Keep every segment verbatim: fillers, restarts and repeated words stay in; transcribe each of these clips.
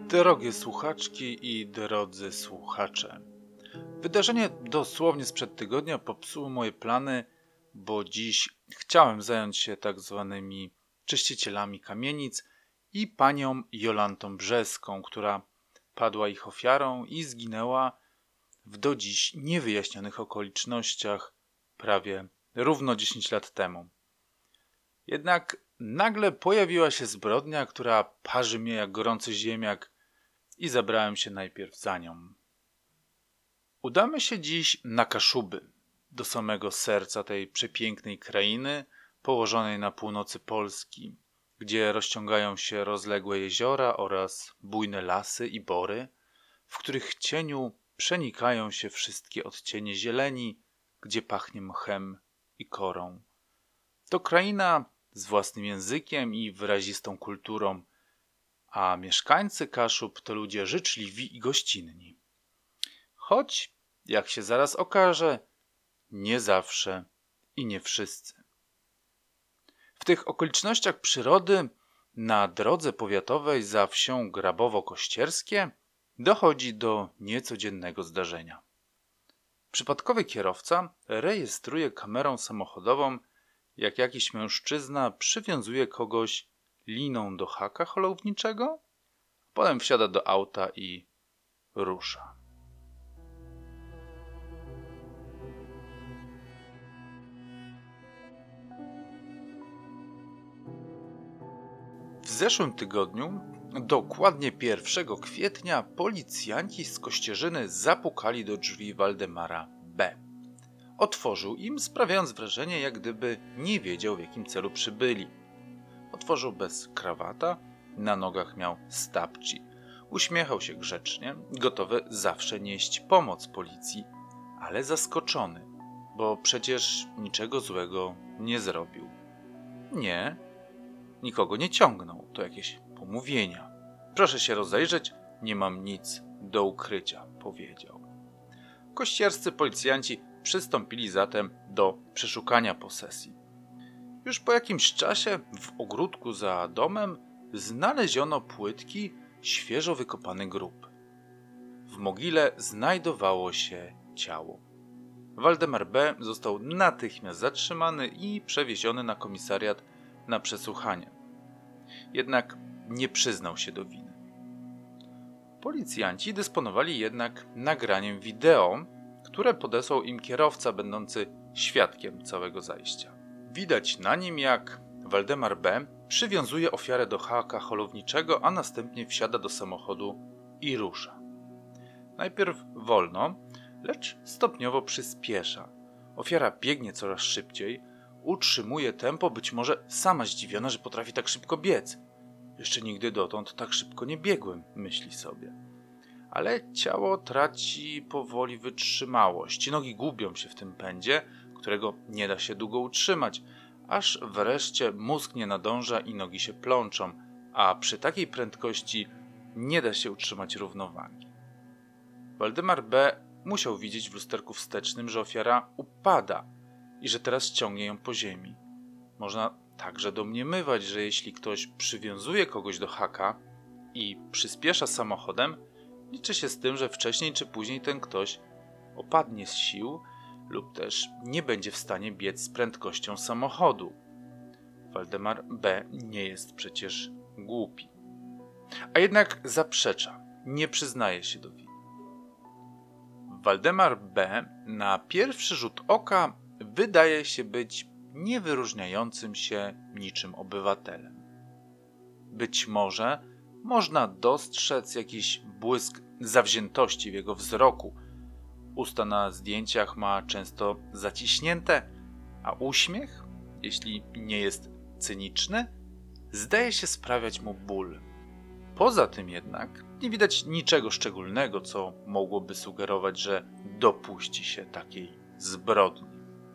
Drogie słuchaczki i drodzy słuchacze, wydarzenie dosłownie sprzed tygodnia popsuło moje plany, bo dziś chciałem zająć się tak zwanymi czyścicielami kamienic i panią Jolantą Brzeską, która padła ich ofiarą i zginęła w do dziś niewyjaśnionych okolicznościach prawie równo dziesięć lat temu. Jednak nagle pojawiła się zbrodnia, która parzy mnie jak gorący ziemniak i zabrałem się najpierw za nią. Udamy się dziś na Kaszuby, do samego serca tej przepięknej krainy położonej na północy Polski, gdzie rozciągają się rozległe jeziora oraz bujne lasy i bory, w których cieniu przenikają się wszystkie odcienie zieleni, gdzie pachnie mchem i korą. To kraina z własnym językiem i wyrazistą kulturą, a mieszkańcy Kaszub to ludzie życzliwi i gościnni. Choć, jak się zaraz okaże, nie zawsze i nie wszyscy. W tych okolicznościach przyrody na drodze powiatowej za wsią Grabowo-Kościerskie dochodzi do niecodziennego zdarzenia. Przypadkowy kierowca rejestruje kamerą samochodową, jak jakiś mężczyzna przywiązuje kogoś liną do haka holowniczego, potem wsiada do auta i rusza. W zeszłym tygodniu, dokładnie pierwszego kwietnia, policjanci z Kościerzyny zapukali do drzwi Waldemara B. Otworzył im, sprawiając wrażenie, jak gdyby nie wiedział, w jakim celu przybyli. Otworzył bez krawata, na nogach miał stapci. Uśmiechał się grzecznie, gotowy zawsze nieść pomoc policji, ale zaskoczony, bo przecież niczego złego nie zrobił. Nie, nikogo nie ciągnął, to jakieś pomówienia. Proszę się rozejrzeć, nie mam nic do ukrycia, powiedział. Kościerscy policjanci przystąpili zatem do przeszukania posesji. Już po jakimś czasie w ogródku za domem znaleziono płytki, świeżo wykopany grób. W mogile znajdowało się ciało. Waldemar B. został natychmiast zatrzymany i przewieziony na komisariat na przesłuchanie. Jednak nie przyznał się do winy. Policjanci dysponowali jednak nagraniem wideo, które podesłał im kierowca będący świadkiem całego zajścia. Widać na nim, jak Waldemar B. przywiązuje ofiarę do haka holowniczego, a następnie wsiada do samochodu i rusza. Najpierw wolno, lecz stopniowo przyspiesza. Ofiara biegnie coraz szybciej, utrzymuje tempo, być może sama zdziwiona, że potrafi tak szybko biec. Jeszcze nigdy dotąd tak szybko nie biegłem, myśli sobie. Ale ciało traci powoli wytrzymałość. Nogi gubią się w tym pędzie, którego nie da się długo utrzymać, aż wreszcie mózg nie nadąża i nogi się plączą, a przy takiej prędkości nie da się utrzymać równowagi. Waldemar B. musiał widzieć w lusterku wstecznym, że ofiara upada i że teraz ciągnie ją po ziemi. Można także domniemywać, że jeśli ktoś przywiązuje kogoś do haka i przyspiesza samochodem, liczy się z tym, że wcześniej czy później ten ktoś opadnie z sił lub też nie będzie w stanie biec z prędkością samochodu. Waldemar B. nie jest przecież głupi. A jednak zaprzecza, nie przyznaje się do winy. Waldemar B. na pierwszy rzut oka wydaje się być niewyróżniającym się niczym obywatelem. Być może można dostrzec jakiś błysk zawziętości w jego wzroku. Usta na zdjęciach ma często zaciśnięte, a uśmiech, jeśli nie jest cyniczny, zdaje się sprawiać mu ból. Poza tym jednak nie widać niczego szczególnego, co mogłoby sugerować, że dopuści się takiej zbrodni.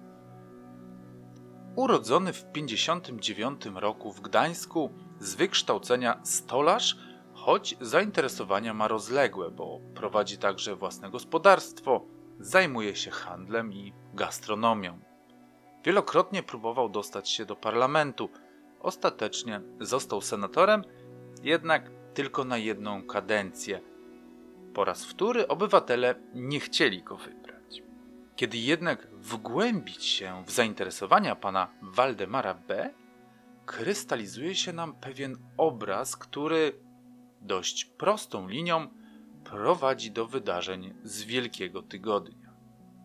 Urodzony w pięćdziesiątym dziewiątym roku w Gdańsku, z wykształcenia stolarz, choć zainteresowania ma rozległe, bo prowadzi także własne gospodarstwo, zajmuje się handlem i gastronomią. Wielokrotnie próbował dostać się do parlamentu, ostatecznie został senatorem, jednak tylko na jedną kadencję, po raz wtóry obywatele nie chcieli go wybrać. Kiedy jednak wgłębić się w zainteresowania pana Waldemara B., krystalizuje się nam pewien obraz, który dość prostą linią prowadzi do wydarzeń z Wielkiego Tygodnia.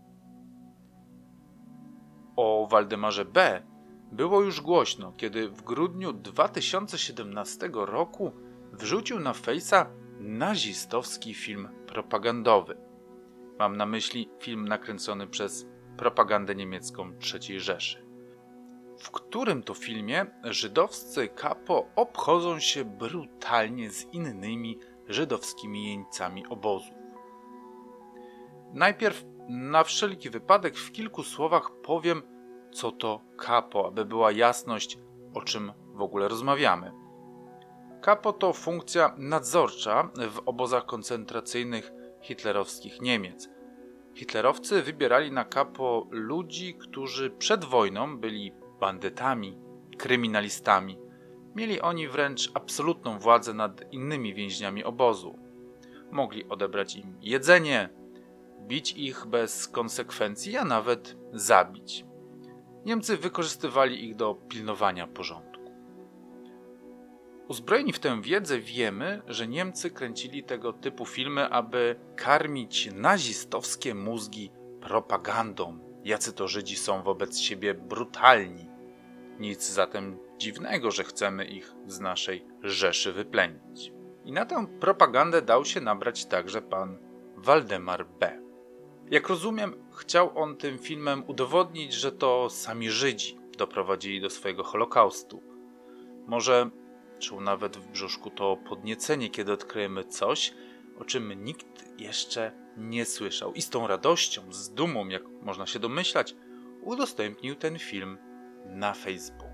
O Waldemarze B. było już głośno, kiedy w grudniu dwa tysiące siedemnastego roku wrzucił na Face'a nazistowski film propagandowy. Mam na myśli film nakręcony przez propagandę niemiecką trzeciej Rzeszy, w którym to filmie żydowscy kapo obchodzą się brutalnie z innymi żydowskimi jeńcami obozów. Najpierw na wszelki wypadek w kilku słowach powiem, co to kapo, aby była jasność, o czym w ogóle rozmawiamy. Kapo to funkcja nadzorcza w obozach koncentracyjnych hitlerowskich Niemiec. Hitlerowcy wybierali na kapo ludzi, którzy przed wojną byli bandytami, kryminalistami. Mieli oni wręcz absolutną władzę nad innymi więźniami obozu. Mogli odebrać im jedzenie, bić ich bez konsekwencji, a nawet zabić. Niemcy wykorzystywali ich do pilnowania porządku. Uzbrojeni w tę wiedzę wiemy, że Niemcy kręcili tego typu filmy, aby karmić nazistowskie mózgi propagandą, jacy to Żydzi są wobec siebie brutalni. Nic zatem dziwnego, że chcemy ich z naszej Rzeszy wyplenić. I na tę propagandę dał się nabrać także pan Waldemar B. Jak rozumiem, chciał on tym filmem udowodnić, że to sami Żydzi doprowadzili do swojego Holokaustu. Może czuł nawet w brzuszku to podniecenie, kiedy odkryjemy coś, o czym nikt jeszcze nie słyszał. I z tą radością, z dumą, jak można się domyślać, udostępnił ten film na Facebooku.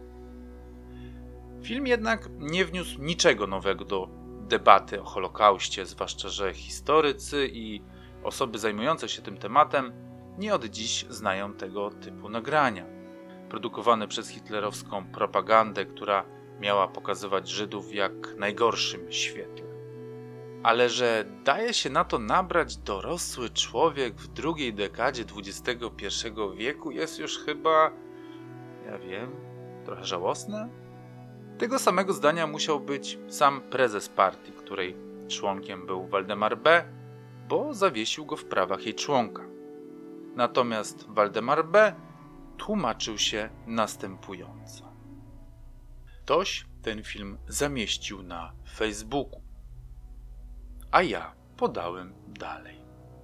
Film jednak nie wniósł niczego nowego do debaty o Holokauście, zwłaszcza że historycy i osoby zajmujące się tym tematem nie od dziś znają tego typu nagrania. Produkowane przez hitlerowską propagandę, która miała pokazywać Żydów w jak najgorszym świetle. Ale że daje się na to nabrać dorosły człowiek w drugiej dekadzie dwudziestego pierwszego wieku, jest już chyba, ja wiem, trochę żałosne. Tego samego zdania musiał być sam prezes partii, której członkiem był Waldemar B., bo zawiesił go w prawach jej członka. Natomiast Waldemar B. tłumaczył się następująco. Ktoś ten film zamieścił na Facebooku, a ja podałem dalej.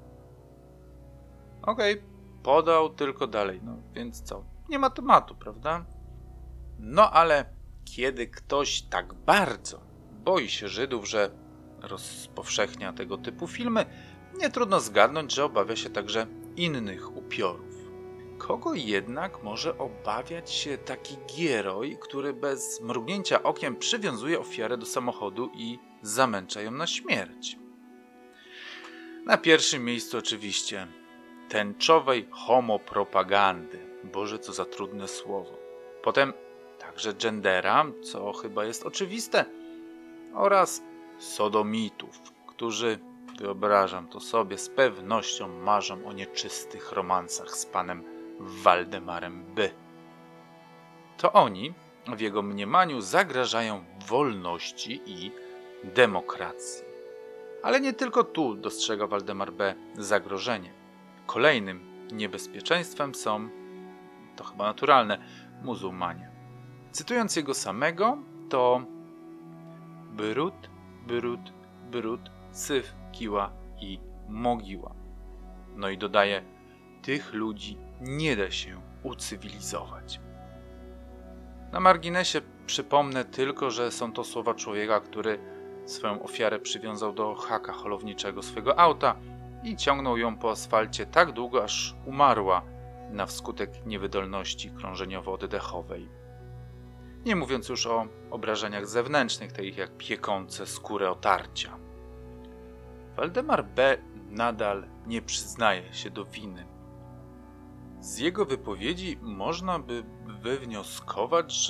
Okej, okay, podał tylko dalej, no więc co? Nie ma tematu, prawda? No ale kiedy ktoś tak bardzo boi się Żydów, że rozpowszechnia tego typu filmy, nie trudno zgadnąć, że obawia się także innych upiorów. Kogo jednak może obawiać się taki gieroj, który bez mrugnięcia okiem przywiązuje ofiarę do samochodu i zamęcza ją na śmierć? Na pierwszym miejscu oczywiście tęczowej homopropagandy. Boże, co za trudne słowo. Potem także gendera, co chyba jest oczywiste, oraz sodomitów, którzy, wyobrażam to sobie, z pewnością marzą o nieczystych romansach z panem Waldemarem B. To oni, w jego mniemaniu, zagrażają wolności i demokracji. Ale nie tylko tu dostrzega Waldemar B. zagrożenie. Kolejnym niebezpieczeństwem są, to chyba naturalne, muzułmanie. Cytując jego samego, to brud, brud, brud, syf, kiła i mogiła. No i dodaje, tych ludzi nie da się ucywilizować. Na marginesie przypomnę tylko, że są to słowa człowieka, który swoją ofiarę przywiązał do haka holowniczego swego auta i ciągnął ją po asfalcie tak długo, aż umarła na wskutek niewydolności krążeniowo-oddechowej. Nie mówiąc już o obrażeniach zewnętrznych, takich jak piekące skórę otarcia. Waldemar B. nadal nie przyznaje się do winy. Z jego wypowiedzi można by wywnioskować, że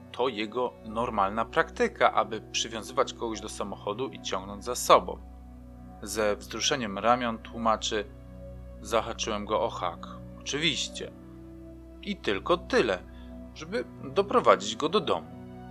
to jego normalna praktyka, aby przywiązywać kogoś do samochodu i ciągnąć za sobą. Ze wzruszeniem ramion tłumaczy: zahaczyłem go o hak. Oczywiście. I tylko tyle, żeby doprowadzić go do domu.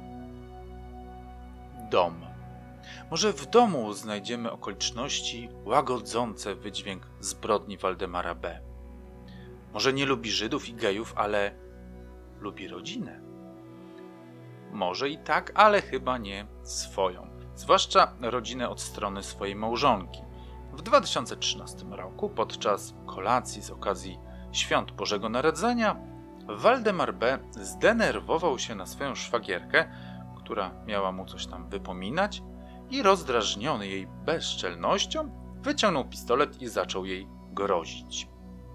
Dom. Może w domu znajdziemy okoliczności łagodzące wydźwięk zbrodni Waldemara B. Może nie lubi Żydów i gejów, ale lubi rodzinę. Może i tak, ale chyba nie swoją. Zwłaszcza rodzinę od strony swojej małżonki. W dwa tysiące trzynastym roku, podczas kolacji z okazji Świąt Bożego Narodzenia, Waldemar B. zdenerwował się na swoją szwagierkę, która miała mu coś tam wypominać, i rozdrażniony jej bezczelnością wyciągnął pistolet i zaczął jej grozić.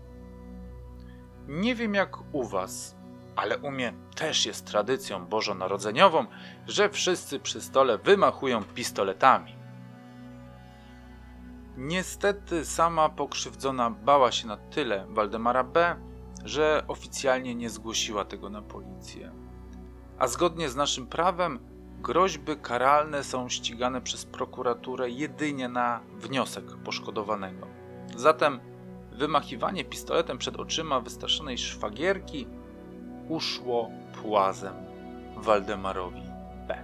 Nie wiem jak u was, ale u mnie też jest tradycją bożonarodzeniową, że wszyscy przy stole wymachują pistoletami. Niestety sama pokrzywdzona bała się na tyle Waldemara B., że oficjalnie nie zgłosiła tego na policję. A zgodnie z naszym prawem groźby karalne są ścigane przez prokuraturę jedynie na wniosek poszkodowanego. Zatem wymachiwanie pistoletem przed oczyma wystraszonej szwagierki uszło płazem Waldemarowi B.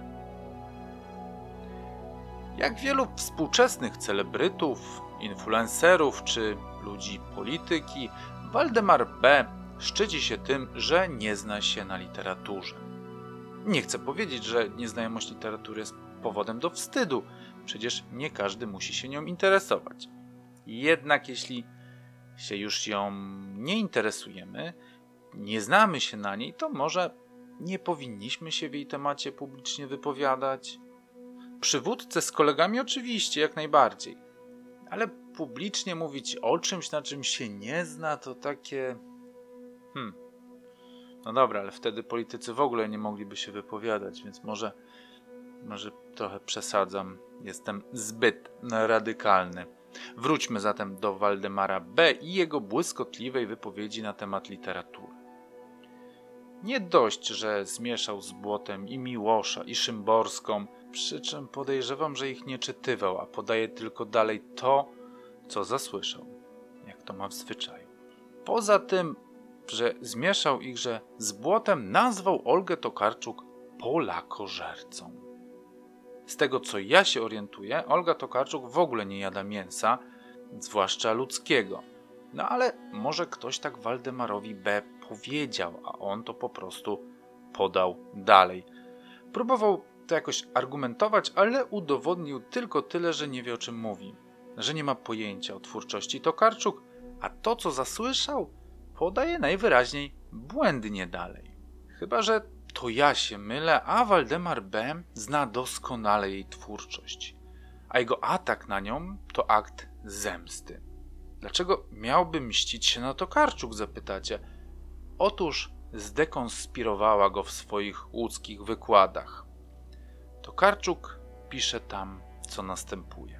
Jak wielu współczesnych celebrytów, influencerów czy ludzi polityki, Waldemar B. szczyci się tym, że nie zna się na literaturze. Nie chcę powiedzieć, że nieznajomość literatury jest powodem do wstydu. Przecież nie każdy musi się nią interesować. Jednak jeśli się już ją nie interesujemy, nie znamy się na niej, to może nie powinniśmy się w jej temacie publicznie wypowiadać? Przy wódce z kolegami oczywiście, jak najbardziej. Ale publicznie mówić o czymś, na czym się nie zna, to takie... Hmm... No dobra, ale wtedy politycy w ogóle nie mogliby się wypowiadać, więc może, może trochę przesadzam. Jestem zbyt radykalny. Wróćmy zatem do Waldemara B. i jego błyskotliwej wypowiedzi na temat literatury. Nie dość, że zmieszał z Błotem i Miłosza, i Szymborską, przy czym podejrzewam, że ich nie czytywał, a podaje tylko dalej to, co zasłyszał, jak to ma w zwyczaju. Poza tym, że zmieszał ich, że z Błotem, nazwał Olgę Tokarczuk Polakożercą. Z tego, co ja się orientuję, Olga Tokarczuk w ogóle nie jada mięsa, zwłaszcza ludzkiego. No ale może ktoś tak Waldemarowi B. powiedział, a on to po prostu podał dalej. Próbował to jakoś argumentować, ale udowodnił tylko tyle, że nie wie, o czym mówi. Że nie ma pojęcia o twórczości Tokarczuk, a to, co zasłyszał, podaje najwyraźniej błędnie dalej. Chyba że to ja się mylę, a Waldemar B. zna doskonale jej twórczość. A jego atak na nią to akt zemsty. Dlaczego miałby mścić się na Tokarczuk, zapytacie? Otóż zdekonspirowała go w swoich łódzkich wykładach. Tokarczuk pisze tam, co następuje.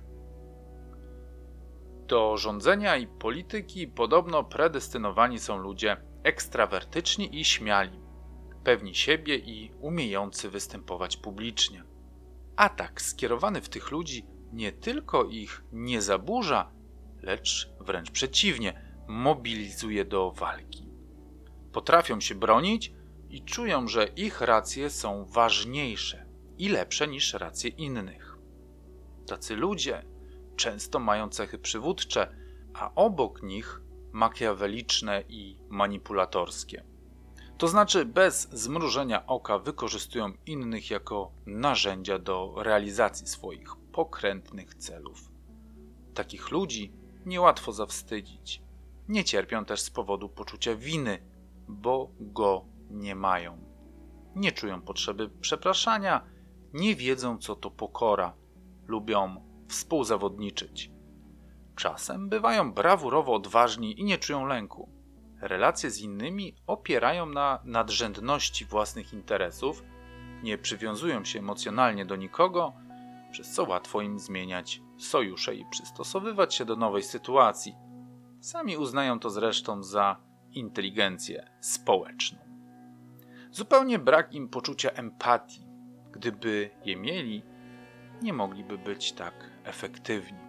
Do rządzenia i polityki podobno predestynowani są ludzie ekstrawertyczni i śmiali, pewni siebie i umiejący występować publicznie. Atak skierowany w tych ludzi nie tylko ich nie zaburza, lecz wręcz przeciwnie, mobilizuje do walki. Potrafią się bronić i czują, że ich racje są ważniejsze i lepsze niż racje innych. Tacy ludzie często mają cechy przywódcze, a obok nich makiaweliczne i manipulatorskie. To znaczy bez zmrużenia oka wykorzystują innych jako narzędzia do realizacji swoich pokrętnych celów. Takich ludzi niełatwo zawstydzić. Nie cierpią też z powodu poczucia winy, bo go nie mają. Nie czują potrzeby przepraszania, nie wiedzą, co to pokora, lubią współzawodniczyć. Czasem bywają brawurowo odważni i nie czują lęku. Relacje z innymi opierają na nadrzędności własnych interesów, nie przywiązują się emocjonalnie do nikogo, przez co łatwo im zmieniać sojusze i przystosowywać się do nowej sytuacji. Sami uznają to zresztą za inteligencję społeczną. Zupełnie brak im poczucia empatii. Gdyby je mieli, nie mogliby być tak efektywni.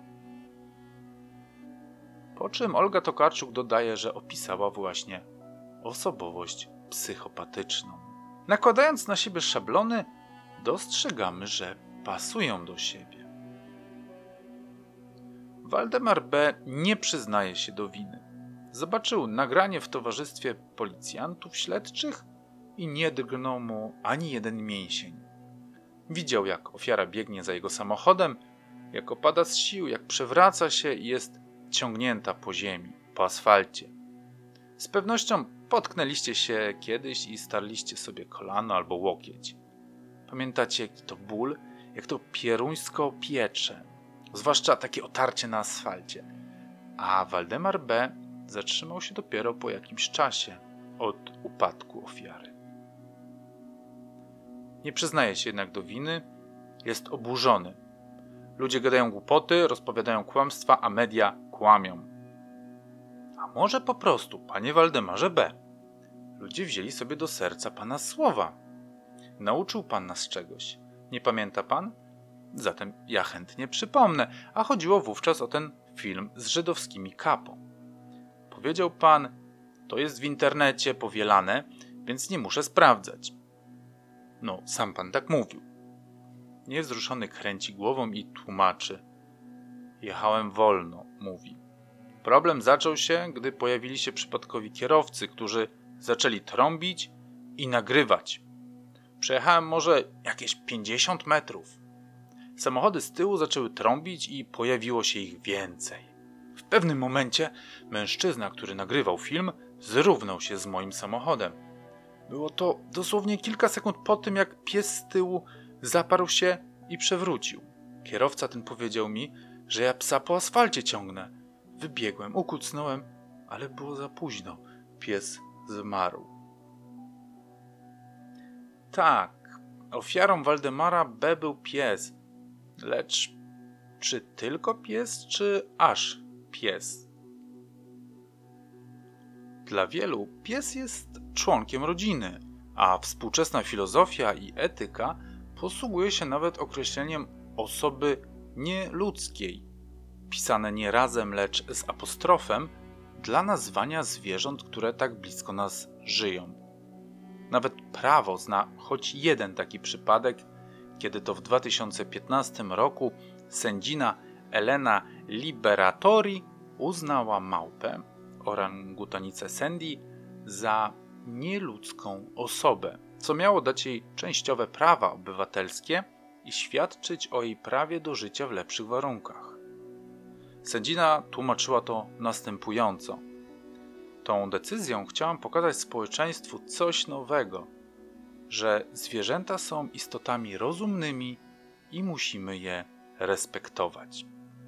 Po czym Olga Tokarczuk dodaje, że opisała właśnie osobowość psychopatyczną. Nakładając na siebie szablony, dostrzegamy, że pasują do siebie. Waldemar B. nie przyznaje się do winy. Zobaczył nagranie w towarzystwie policjantów śledczych i nie drgnął mu ani jeden mięsień. Widział, jak ofiara biegnie za jego samochodem, jak opada z sił, jak przewraca się i jest ciągnięta po ziemi, po asfalcie. Z pewnością potknęliście się kiedyś i starliście sobie kolano albo łokieć. Pamiętacie, jaki to ból, jak to pieruńsko piecze, zwłaszcza takie otarcie na asfalcie. A Waldemar B. zatrzymał się dopiero po jakimś czasie od upadku ofiary. Nie przyznaje się jednak do winy, jest oburzony. Ludzie gadają głupoty, rozpowiadają kłamstwa, a media kłamią. A może po prostu, panie Waldemarze B., ludzie wzięli sobie do serca pana słowa. Nauczył pan nas czegoś. Nie pamięta pan? Zatem ja chętnie przypomnę, a chodziło wówczas o ten film z żydowskimi kapo. Powiedział pan, to jest w internecie powielane, więc nie muszę sprawdzać. No, sam pan tak mówił. Niewzruszony kręci głową i tłumaczy. Jechałem wolno, mówi. Problem zaczął się, gdy pojawili się przypadkowi kierowcy, którzy zaczęli trąbić i nagrywać. Przejechałem może jakieś pięćdziesiąt metrów. Samochody z tyłu zaczęły trąbić i pojawiło się ich więcej. W pewnym momencie mężczyzna, który nagrywał film, zrównał się z moim samochodem. Było to dosłownie kilka sekund po tym, jak pies z tyłu zaparł się i przewrócił. Kierowca ten powiedział mi, że ja psa po asfalcie ciągnę. Wybiegłem, ukucnąłem, ale było za późno. Pies zmarł. Tak, ofiarą Waldemara B. był pies. Lecz czy tylko pies, czy aż pies? Dla wielu pies jest członkiem rodziny, a współczesna filozofia i etyka posługuje się nawet określeniem osoby nieludzkiej, pisane nie razem, lecz z apostrofem, dla nazwania zwierząt, które tak blisko nas żyją. Nawet prawo zna choć jeden taki przypadek, kiedy to w dwa tysiące piętnastym roku sędzina Elena Liberatori uznała małpę, orangutanicę Sandy, za nieludzką osobę, co miało dać jej częściowe prawa obywatelskie i świadczyć o jej prawie do życia w lepszych warunkach. Sędzina tłumaczyła to następująco. Tą decyzją chciałam pokazać społeczeństwu coś nowego, że zwierzęta są istotami rozumnymi i musimy je respektować.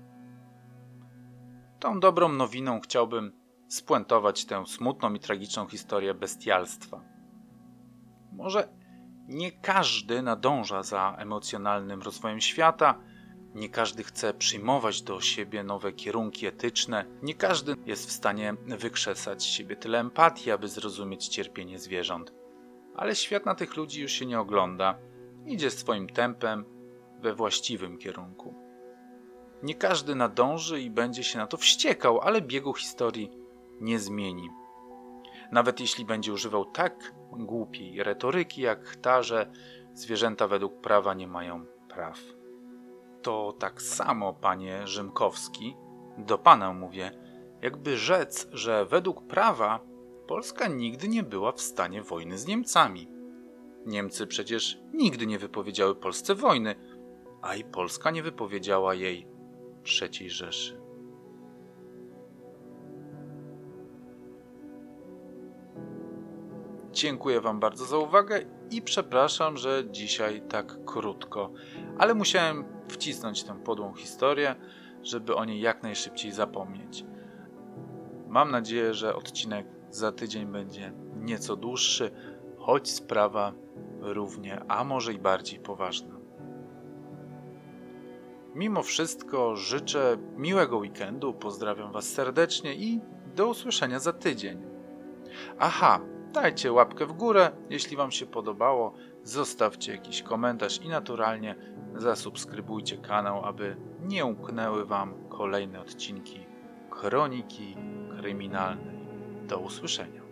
Tą dobrą nowiną chciałbym spuentować tę smutną i tragiczną historię bestialstwa. Może nie każdy nadąża za emocjonalnym rozwojem świata, nie każdy chce przyjmować do siebie nowe kierunki etyczne, nie każdy jest w stanie wykrzesać z siebie tyle empatii, aby zrozumieć cierpienie zwierząt. Ale świat na tych ludzi już się nie ogląda, idzie swoim tempem we właściwym kierunku. Nie każdy nadąży i będzie się na to wściekał, ale biegu historii nie zmieni. Nawet jeśli będzie używał tak głupiej retoryki jak ta, że zwierzęta według prawa nie mają praw. To tak samo, panie Rzymkowski, do pana mówię, jakby rzec, że według prawa Polska nigdy nie była w stanie wojny z Niemcami. Niemcy przecież nigdy nie wypowiedziały Polsce wojny, a i Polska nie wypowiedziała jej trzeciej Rzeszy. Dziękuję wam bardzo za uwagę i przepraszam, że dzisiaj tak krótko, ale musiałem wcisnąć tę podłą historię, żeby o niej jak najszybciej zapomnieć. Mam nadzieję, że odcinek za tydzień będzie nieco dłuższy, choć sprawa równie, a może i bardziej poważna. Mimo wszystko życzę miłego weekendu, pozdrawiam was serdecznie i do usłyszenia za tydzień. Aha, Dajcie łapkę w górę, jeśli Wam się podobało, zostawcie jakiś komentarz i naturalnie zasubskrybujcie kanał, aby nie umknęły Wam kolejne odcinki Kroniki Kryminalnej. Do usłyszenia.